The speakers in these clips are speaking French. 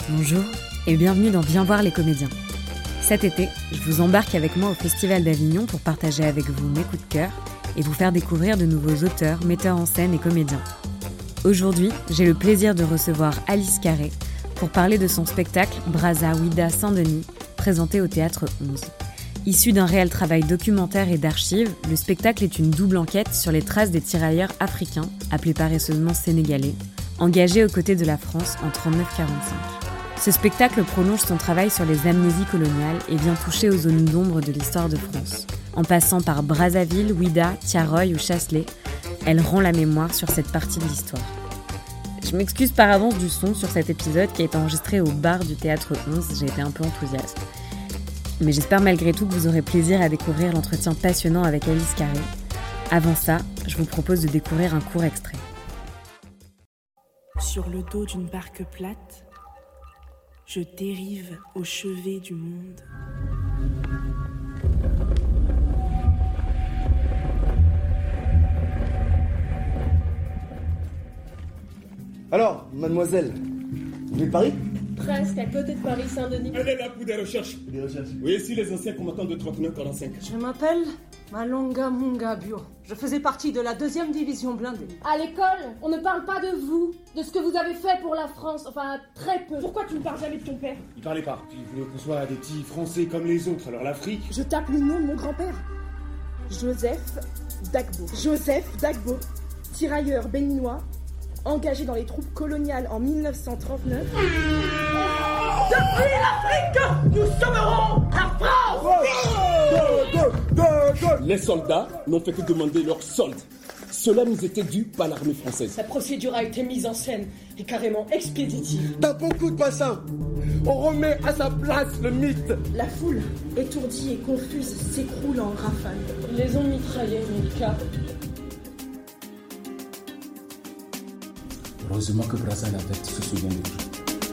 Bonjour et bienvenue dans Viens voir les comédiens. Cet été, je vous embarque avec moi au Festival d'Avignon pour partager avec vous mes coups de cœur et vous faire découvrir de nouveaux auteurs, metteurs en scène et comédiens. Aujourd'hui, j'ai le plaisir de recevoir Alice Carré pour parler de son spectacle Brazza Ouida Saint-Denis, présenté au Théâtre 11. Issu d'un réel travail documentaire et d'archives, le spectacle est une double enquête sur les traces des tirailleurs africains, appelés paresseusement sénégalais, engagés aux côtés de la France en 39-45. Ce spectacle prolonge son travail sur les amnésies coloniales et vient toucher aux zones d'ombre de l'histoire de France. En passant par Brazzaville, Ouida, Tiaroy ou Chastelet, elle rend la mémoire sur cette partie de l'histoire. Je m'excuse par avance du son sur cet épisode qui a été enregistré au bar du Théâtre 11, j'ai été un peu enthousiaste. Mais j'espère malgré tout que vous aurez plaisir à découvrir l'entretien passionnant avec Alice Carré. Avant ça, je vous propose de découvrir un court extrait. Sur le dos d'une barque plate, je dérive au chevet du monde. Alors, mademoiselle, vous venez de Paris ? Presque, à côté de Paris-Saint-Denis. Elle est là pour des recherches. Des recherches. Oui, ici les anciens combattants de 39-45. Je m'appelle Malonga Munga Bio. Je faisais partie de la 2e division blindée. À l'école, on ne parle pas de vous, de ce que vous avez fait pour la France, enfin très peu. Pourquoi tu ne parles jamais de ton père ? Il parlait pas. Il voulait qu'on soit des petits Français comme les autres. Alors l'Afrique... Je tape le nom de mon grand-père. Joseph Dagbo. Joseph Dagbo, tirailleur béninois, engagé dans les troupes coloniales en 1939. Depuis l'Afrique, nous sauverons la France. Les soldats n'ont fait que demander leur solde. Cela nous était dû par l'armée française. La procédure a été mise en scène et carrément expéditive. T'as beaucoup de bassins. On remet à sa place le mythe. La foule, étourdie et confuse, s'écroule en rafale. Ils les ont mitraillés, Milka. Heureusement que Brazza la bête se souvient de nous.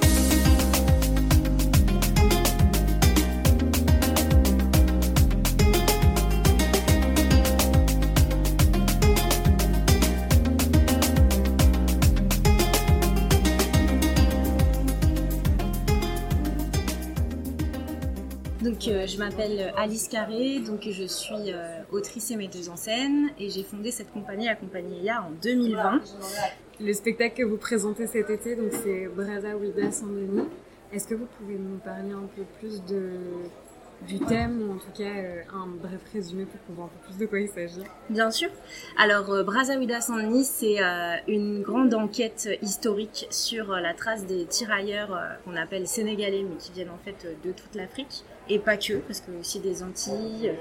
Donc, je m'appelle Alice Carré, donc je suis autrice et metteuse en scène et j'ai fondé cette compagnie, la compagnie Elia, en 2020. Le spectacle que vous présentez cet été, donc c'est Brazza Ouida Saint-Denis. Est-ce que vous pouvez nous parler un peu plus du thème ou en tout cas un bref résumé pour qu'on voit un peu plus de quoi il s'agit ? Bien sûr. Alors, Brazza Ouida Saint-Denis, c'est une grande enquête historique sur la trace des tirailleurs qu'on appelle sénégalais, mais qui viennent en fait de toute l'Afrique. Et pas que, parce que aussi des Antilles,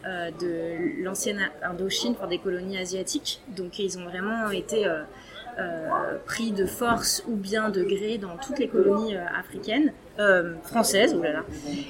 de l'ancienne Indochine, des colonies asiatiques. Donc ils ont vraiment été pris de force ou bien de gré dans toutes les colonies africaines, françaises, oulala.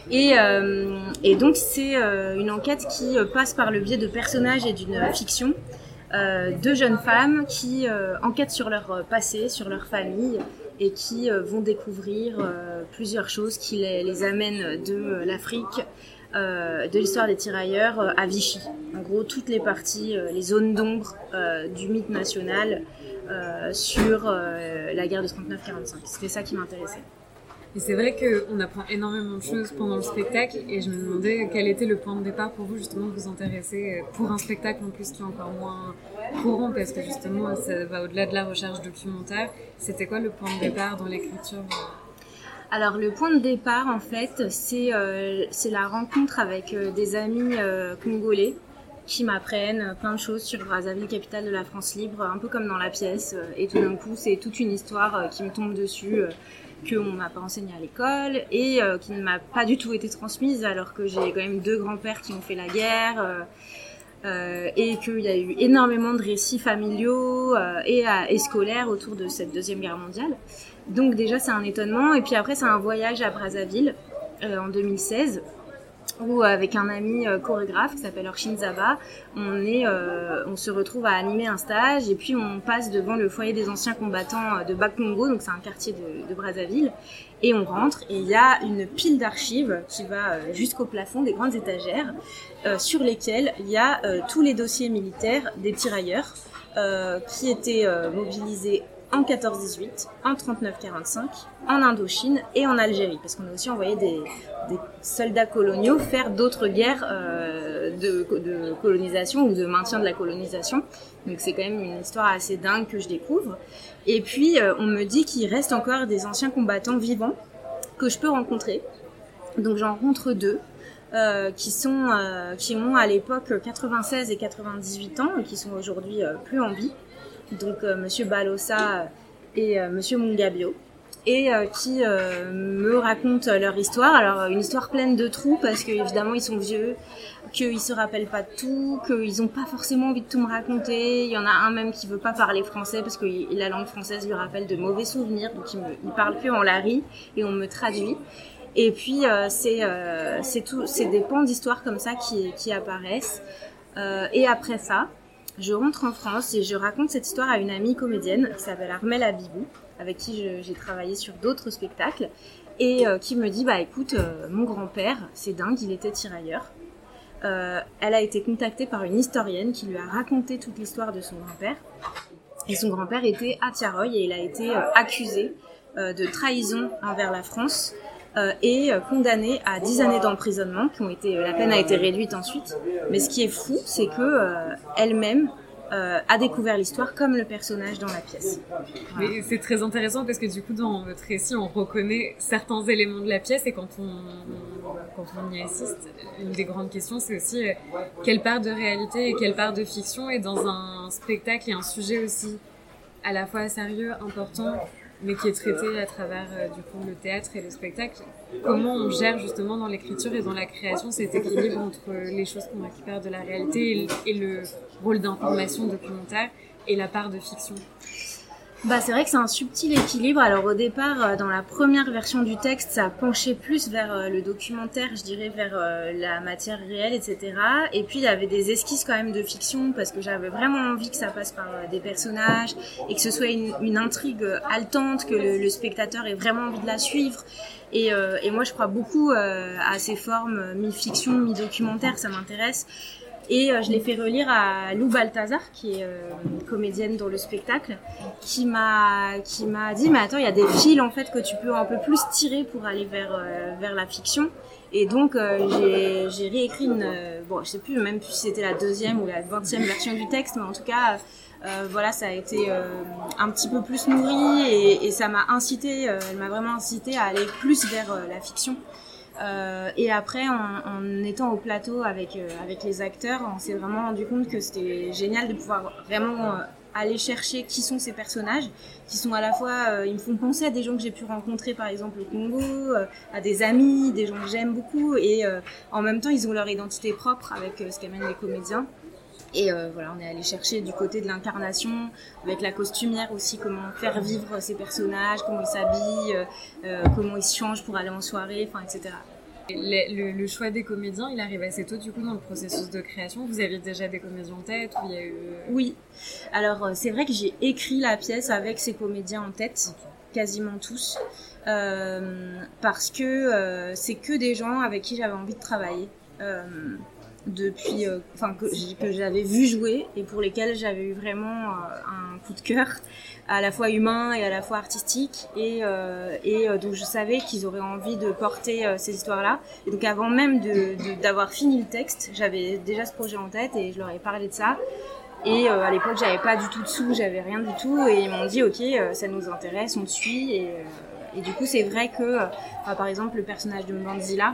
Et donc c'est une enquête qui passe par le biais de personnages et d'une fiction. Deux jeunes femmes qui enquêtent sur leur passé, sur leur famille, et qui vont découvrir plusieurs choses qui les amènent de l'Afrique, de l'histoire des tirailleurs à Vichy. En gros, toutes les parties, les zones d'ombre du mythe national sur la guerre de 39-45. C'était ça qui m'intéressait. Et c'est vrai qu'on apprend énormément de choses pendant le spectacle et je me demandais quel était le point de départ pour vous justement de vous intéresser pour un spectacle en plus qui est encore moins courant parce que justement ça va au-delà de la recherche documentaire. C'était quoi le point de départ dans l'écriture ? Alors le point de départ en fait c'est la rencontre avec des amis congolais qui m'apprennent plein de choses sur Brazzaville, capitale de la France libre, un peu comme dans la pièce et tout d'un coup c'est toute une histoire qui me tombe dessus qu'on ne m'a pas enseigné à l'école et qui ne m'a pas du tout été transmise alors que j'ai quand même 2 grands-pères qui ont fait la guerre et qu'il y a eu énormément de récits familiaux et scolaires autour de cette Deuxième Guerre mondiale. Donc déjà c'est un étonnement et puis après c'est un voyage à Brazzaville en 2016 où avec un ami chorégraphe qui s'appelle Orchin Zaba, on se retrouve à animer un stage et puis on passe devant le foyer des anciens combattants de Bakongo, donc c'est un quartier de Brazzaville, et on rentre et il y a une pile d'archives qui va jusqu'au plafond, des grandes étagères, sur lesquelles il y a tous les dossiers militaires des tirailleurs qui étaient mobilisés en 14-18, en 39-45, en Indochine et en Algérie, parce qu'on a aussi envoyé des soldats coloniaux faire d'autres guerres de colonisation ou de maintien de la colonisation. Donc c'est quand même une histoire assez dingue que je découvre. Et puis on me dit qu'il reste encore des anciens combattants vivants que je peux rencontrer. Donc j'en rencontre 2. Qui ont à l'époque 96 et 98 ans et qui sont aujourd'hui plus en vie. Donc Monsieur Balossa et Monsieur Mungabio, et qui me racontent leur histoire. Alors une histoire pleine de trous parce qu'évidemment ils sont vieux, qu'ils se rappellent pas de tout, qu'ils ont pas forcément envie de tout me raconter. Il y en a un même qui veut pas parler français parce que la langue française lui rappelle de mauvais souvenirs, donc il parle que en lari et on me traduit. Et puis c'est des pans d'histoire comme ça qui apparaissent. Et après ça, je rentre en France et je raconte cette histoire à une amie comédienne qui s'appelle Armelle Abibou, avec qui j'ai travaillé sur d'autres spectacles, et qui me dit écoute, mon grand-père, c'est dingue, il était tirailleur. Elle a été contactée par une historienne qui lui a raconté toute l'histoire de son grand-père. Et son grand-père était à Tiaroy et il a été accusé de trahison envers la France. Et condamné à 10 années d'emprisonnement, la peine a été réduite ensuite. Mais ce qui est fou, c'est que elle-même a découvert l'histoire comme le personnage dans la pièce. Voilà. Mais c'est très intéressant parce que du coup, dans votre récit, on reconnaît certains éléments de la pièce, et quand on y assiste, une des grandes questions, c'est aussi quelle part de réalité et quelle part de fiction est dans un spectacle et un sujet aussi à la fois sérieux, important, mais qui est traité à travers du coup le théâtre et le spectacle. Comment on gère justement dans l'écriture et dans la création cet équilibre entre les choses qu'on récupère de la réalité et le rôle d'information documentaire et la part de fiction? C'est vrai que c'est un subtil équilibre. Alors au départ, dans la première version du texte, ça penchait plus vers le documentaire, je dirais, vers la matière réelle, etc. Et puis il y avait des esquisses quand même de fiction, parce que j'avais vraiment envie que ça passe par des personnages et que ce soit une intrigue haletante, que le spectateur ait vraiment envie de la suivre. Et moi je crois beaucoup à ces formes mi-fiction, mi-documentaire, ça m'intéresse. Et je l'ai fait relire à Lou Balthazar, qui est comédienne dans le spectacle, qui m'a dit mais attends, il y a des fils en fait que tu peux un peu plus tirer pour aller vers la fiction. Et donc j'ai réécrit je sais plus même si c'était la 2e ou la 20e version du texte, mais en tout cas ça a été un petit peu plus nourri, et ça m'a incité, elle m'a vraiment incité à aller plus vers la fiction. Et après, en étant au plateau avec les acteurs, on s'est vraiment rendu compte que c'était génial de pouvoir vraiment aller chercher qui sont ces personnages, qui sont à la fois, ils me font penser à des gens que j'ai pu rencontrer par exemple au Congo, à des amis, des gens que j'aime beaucoup, et en même temps ils ont leur identité propre avec ce qu'amènent les comédiens. Et on est allé chercher du côté de l'incarnation, avec la costumière aussi, comment faire vivre ces personnages, comment ils s'habillent, comment ils se changent pour aller en soirée, etc. Le choix des comédiens, il arrive assez tôt du coup dans le processus de création. Vous aviez déjà des comédiens en tête, ou il y a eu... Oui, alors c'est vrai que j'ai écrit la pièce avec ces comédiens en tête, quasiment tous, parce que c'est que des gens avec qui j'avais envie de travailler. Depuis que j'avais vu jouer et pour lesquels j'avais eu vraiment un coup de cœur, à la fois humain et à la fois artistique, et donc je savais qu'ils auraient envie de porter ces histoires-là, et donc avant même d'avoir fini le texte, j'avais déjà ce projet en tête et je leur ai parlé de ça. Et à l'époque j'avais pas du tout de sous, j'avais rien du tout, et ils m'ont dit ok, ça nous intéresse, on te suit, et du coup c'est vrai que par exemple le personnage de Mbanzila,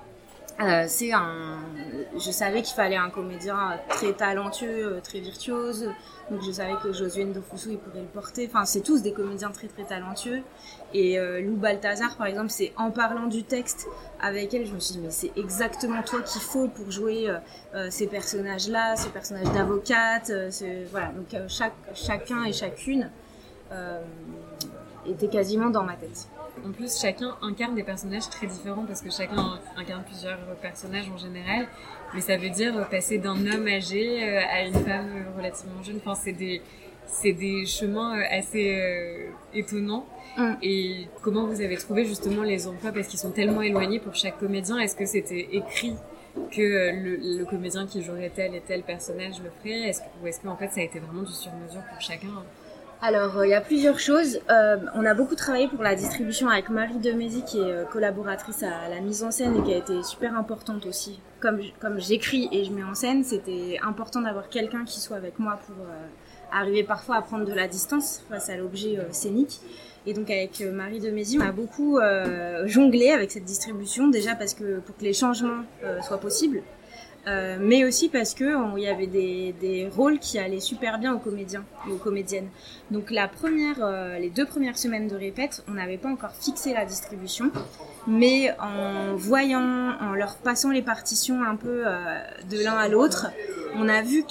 je savais qu'il fallait un comédien très talentueux, très virtuose, donc je savais que Josué Ndofusu il pourrait le porter. Enfin, c'est tous des comédiens très très talentueux. Et Lou Balthazar par exemple, c'est en parlant du texte avec elle, je me suis dit mais c'est exactement toi qu'il faut pour jouer ces personnages-là, ces personnages d'avocates. Donc chacun et chacune était quasiment dans ma tête. En plus, chacun incarne des personnages très différents, parce que chacun incarne plusieurs personnages en général, mais ça veut dire passer d'un homme âgé à une femme relativement jeune. Enfin, c'est des chemins assez étonnants. Et comment vous avez trouvé justement les emplois, parce qu'ils sont tellement éloignés pour chaque comédien? Est-ce que c'était écrit que le comédien qui jouerait tel et tel personnage le ferait, ou est-ce que en fait ça a été vraiment du sur-mesure pour chacun? Alors, il y a plusieurs choses. On a beaucoup travaillé pour la distribution avec Marie Demézy, qui est collaboratrice à la mise en scène et qui a été super importante aussi. Comme j'écris et je mets en scène, c'était important d'avoir quelqu'un qui soit avec moi pour arriver parfois à prendre de la distance face à l'objet scénique. Et donc avec Marie Demézy, on a beaucoup jonglé avec cette distribution, déjà parce que pour que les changements soient possibles, mais aussi parce que il y avait des rôles qui allaient super bien aux comédiens et aux comédiennes. Donc les 2 premières semaines de répète, on n'avait pas encore fixé la distribution, mais en leur passant les partitions un peu de l'un à l'autre, on a vu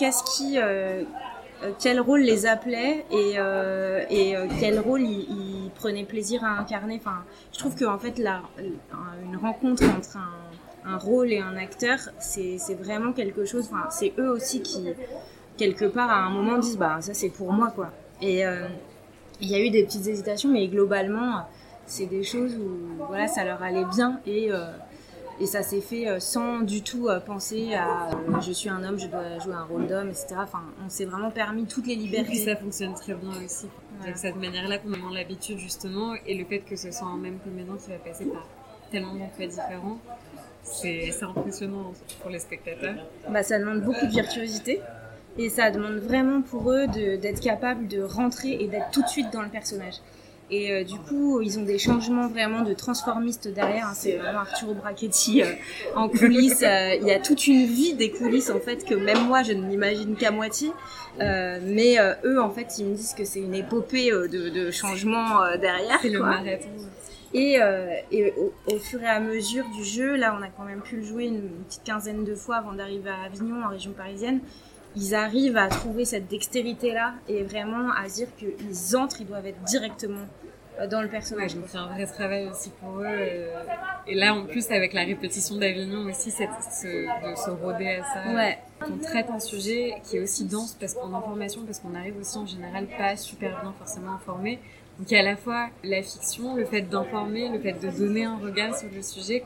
quel rôle les appelait et quel rôle ils prenaient plaisir à incarner. Enfin, je trouve qu'en fait une rencontre entre un rôle et un acteur, c'est vraiment quelque chose. Enfin, c'est eux aussi qui quelque part à un moment disent bah ça c'est pour moi quoi. Et il y a eu des petites hésitations, mais globalement c'est des choses où voilà ça leur allait bien et ça s'est fait sans du tout penser à je suis un homme, je dois jouer un rôle d'homme, etc. Enfin, on s'est vraiment permis toutes les libertés. Et ça fonctionne très bien aussi. Voilà. De cette manière-là qu'on a l'habitude justement, et le fait que ce soit un même comédien qui va passer par tellement d'emplois différents, c'est impressionnant pour les spectateurs. Bah, ça demande beaucoup de virtuosité et ça demande vraiment pour eux d'être capable de rentrer et d'être tout de suite dans le personnage. Et du coup, ils ont des changements vraiment de transformistes derrière. Hein. C'est vraiment Arturo Brachetti en coulisses. Il y a toute une vie des coulisses en fait que même moi je ne m'imagine qu'à moitié. Mais eux en fait, ils me disent que c'est une épopée de changements derrière. C'est le marathon. Et au fur et à mesure du jeu, là, on a quand même pu le jouer une petite quinzaine de fois avant d'arriver à Avignon, en région parisienne. Ils arrivent à trouver cette dextérité-là et vraiment à se dire qu'ils entrent, ils doivent être directement dans le personnage. Ouais, donc il y a un vrai travail aussi pour eux. Et là, en plus, avec la répétition d'Avignon aussi, de se rôder à ça. Ouais. On traite un sujet qui est aussi dense en information, parce qu'on arrive aussi en général pas super bien forcément informé. Donc il y a à la fois la fiction, le fait d'informer, le fait de donner un regard sur le sujet.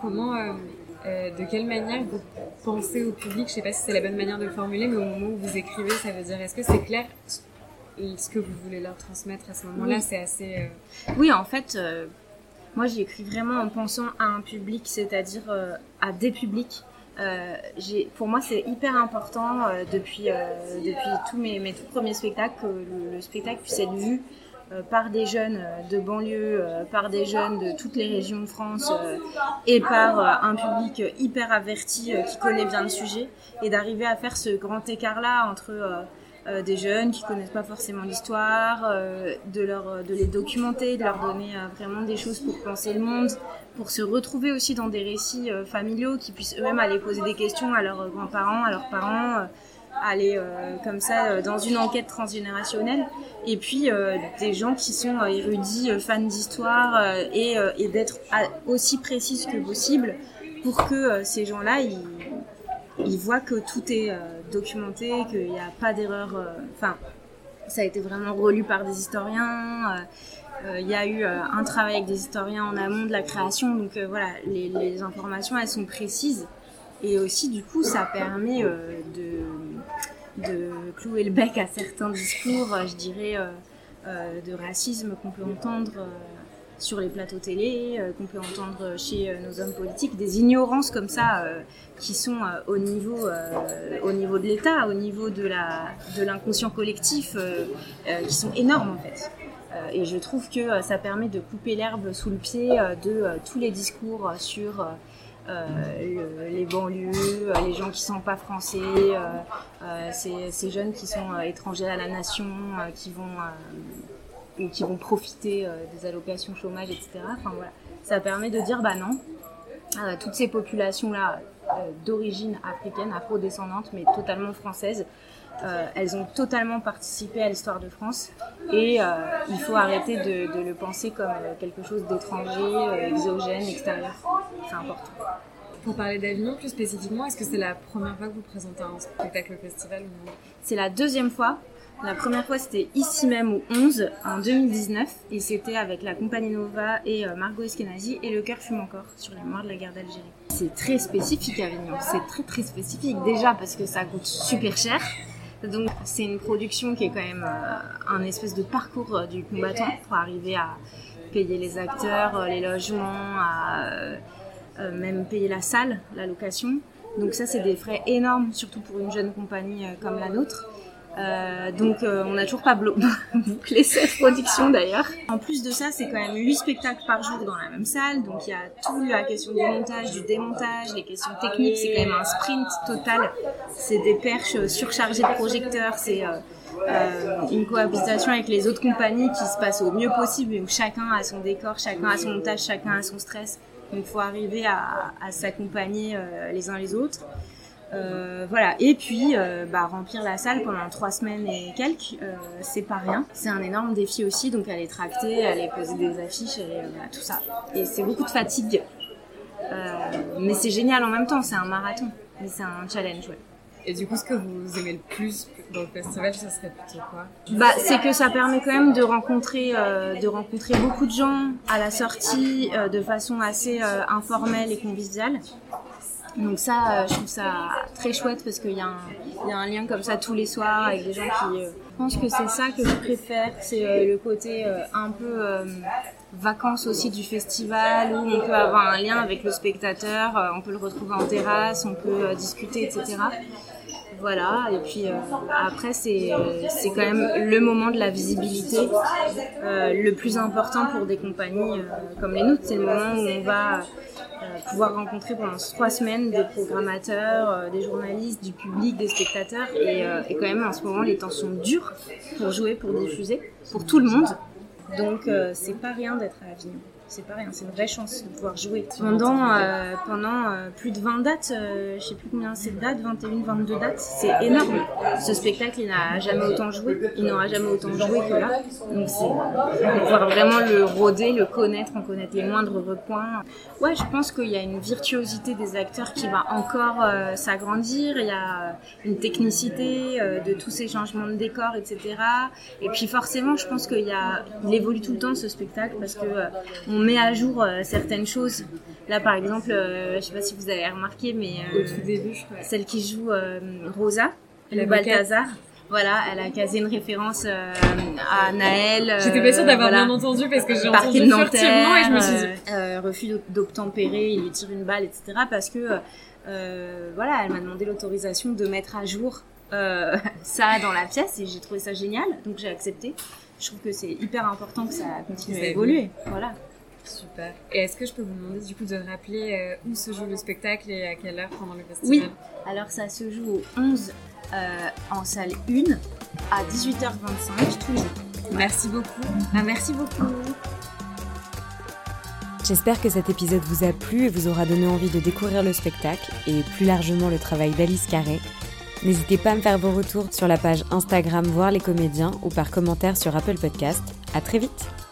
De quelle manière vous pensez au public? Je sais pas si c'est la bonne manière de le formuler, mais au moment où vous écrivez, ça veut dire, est-ce que c'est clair ce que vous voulez leur transmettre à ce moment-là? Oui. C'est assez... Oui, en fait, moi j'écris vraiment en pensant à un public, c'est-à-dire à des publics. Pour moi, c'est hyper important depuis tous mes tout premiers spectacles que le spectacle puisse être vu par des jeunes de banlieue, par des jeunes de toutes les régions de France et par un public hyper averti qui connaît bien le sujet, et d'arriver à faire ce grand écart-là entre des jeunes qui connaissent pas forcément l'histoire, de les documenter, de leur donner vraiment des choses pour penser le monde, pour se retrouver aussi dans des récits familiaux, qui puissent eux-mêmes aller poser des questions à leurs grands-parents, à leurs parents, aller comme ça dans une enquête transgénérationnelle, et puis des gens qui sont érudits, fans d'histoire, et d'être aussi précises que possible pour que ces gens-là ils voient que tout est documenté, qu'il n'y a pas d'erreur. Enfin, ça a été vraiment relu par des historiens. Il y a eu un travail avec des historiens en amont de la création, donc voilà, les informations elles sont précises. Et aussi, du coup, ça permet de clouer le bec à certains discours, je dirais, de racisme qu'on peut entendre sur les plateaux télé, qu'on peut entendre chez nos hommes politiques, des ignorances comme ça qui sont au niveau de l'État, au niveau de l'inconscient collectif, qui sont énormes en fait. Et je trouve que ça permet de couper l'herbe sous le pied de tous les discours sur les banlieues, les gens qui sont pas français, ces jeunes qui sont étrangers à la nation, qui vont profiter des allocations chômage, etc. Enfin voilà, ça permet de dire bah non, toutes ces populations-là d'origine africaine, afro-descendante, mais totalement françaises, elles ont totalement participé à l'histoire de France, et il faut arrêter de le penser comme quelque chose d'étranger, exogène, extérieur. C'est important. Pour parler d'Avignon plus spécifiquement, est-ce que c'est la première fois que vous présentez un spectacle au festival ou non? C'est la deuxième fois. La première fois, c'était ici même au 11, en 2019, et c'était avec la Compagnie Nova et Margot Eskenazi et Le Cœur fume encore, sur les mémoires de la guerre d'Algérie. C'est très spécifique Avignon, c'est très très spécifique, déjà parce que ça coûte super cher, Donc c'est une production qui est quand même un espèce de parcours du combattant pour arriver à payer les acteurs, les logements, à même payer la salle, la location. Donc ça c'est des frais énormes, surtout pour une jeune compagnie comme la nôtre. Donc on n'a toujours pas bouclé cette production d'ailleurs. En plus de ça, c'est quand même 8 spectacles par jour dans la même salle, donc il y a toute la question du montage, du démontage, les questions techniques, c'est quand même un sprint total. C'est des perches surchargées de projecteurs, c'est une cohabitation avec les autres compagnies qui se passe au mieux possible, où chacun a son décor, chacun a son montage, chacun a son stress. Donc il faut arriver à s'accompagner les uns les autres. Voilà, et puis remplir la salle pendant 3 semaines et quelques, c'est pas rien. C'est un énorme défi aussi, donc aller tracter, aller poser des affiches, voilà, tout ça. Et c'est beaucoup de fatigue, mais c'est génial en même temps, c'est un marathon, mais c'est un challenge, ouais. Et du coup, ce que vous aimez le plus dans le festival, ça serait plutôt quoi ? C'est que ça permet quand même de rencontrer beaucoup de gens à la sortie de façon assez informelle et conviviale. Donc ça, je trouve ça très chouette parce qu'il y a un lien comme ça tous les soirs avec des gens qui... Je pense que c'est ça que je préfère, c'est le côté un peu vacances aussi du festival où on peut avoir un lien avec le spectateur, on peut le retrouver en terrasse, on peut discuter, etc. Voilà, et puis après c'est quand même le moment de la visibilité le plus important pour des compagnies comme les nôtres. C'est le moment où on va pouvoir rencontrer pendant 3 semaines des programmateurs, des journalistes, du public, des spectateurs, et quand même en ce moment les temps sont durs pour jouer, pour diffuser, pour tout le monde. Donc c'est pas rien d'être à Avignon. C'est pas rien, c'est une vraie chance de pouvoir jouer. Pendant plus de 20 dates, je sais plus combien c'est de dates, 21, 22 dates, c'est énorme. Ce spectacle, il n'a jamais autant joué, il n'aura jamais autant joué que là. Donc c'est pouvoir vraiment le rôder, le connaître, en connaître les moindres recoins. Ouais, je pense qu'il y a une virtuosité des acteurs qui va encore s'agrandir, il y a une technicité de tous ces changements de décor, etc. Et puis forcément, je pense qu'il évolue tout le temps ce spectacle parce que on met à jour certaines choses. Là, par exemple, je sais pas si vous avez remarqué, mais au tout début, je crois. Celle qui joue Rosa, le Balthazar, voilà, elle a casé une référence à Naël. J'étais pas sûre d'avoir bien entendu parce que j'ai entendu furtivement et je me suis dit refus d'obtempérer, il lui tire une balle, etc. Parce que voilà, elle m'a demandé l'autorisation de mettre à jour ça dans la pièce et j'ai trouvé ça génial, donc j'ai accepté. Je trouve que c'est hyper important que ça continue à évoluer. Voilà. Super. Et est-ce que je peux vous demander du coup de rappeler où se joue le spectacle et à quelle heure pendant le festival ? Oui, alors ça se joue au 11 en salle 1 à 18h25 tous les jours. Merci beaucoup. Merci beaucoup. J'espère que cet épisode vous a plu et vous aura donné envie de découvrir le spectacle et plus largement le travail d'Alice Carré. N'hésitez pas à me faire vos retours sur la page Instagram Voir les comédiens ou par commentaire sur Apple Podcast. À très vite.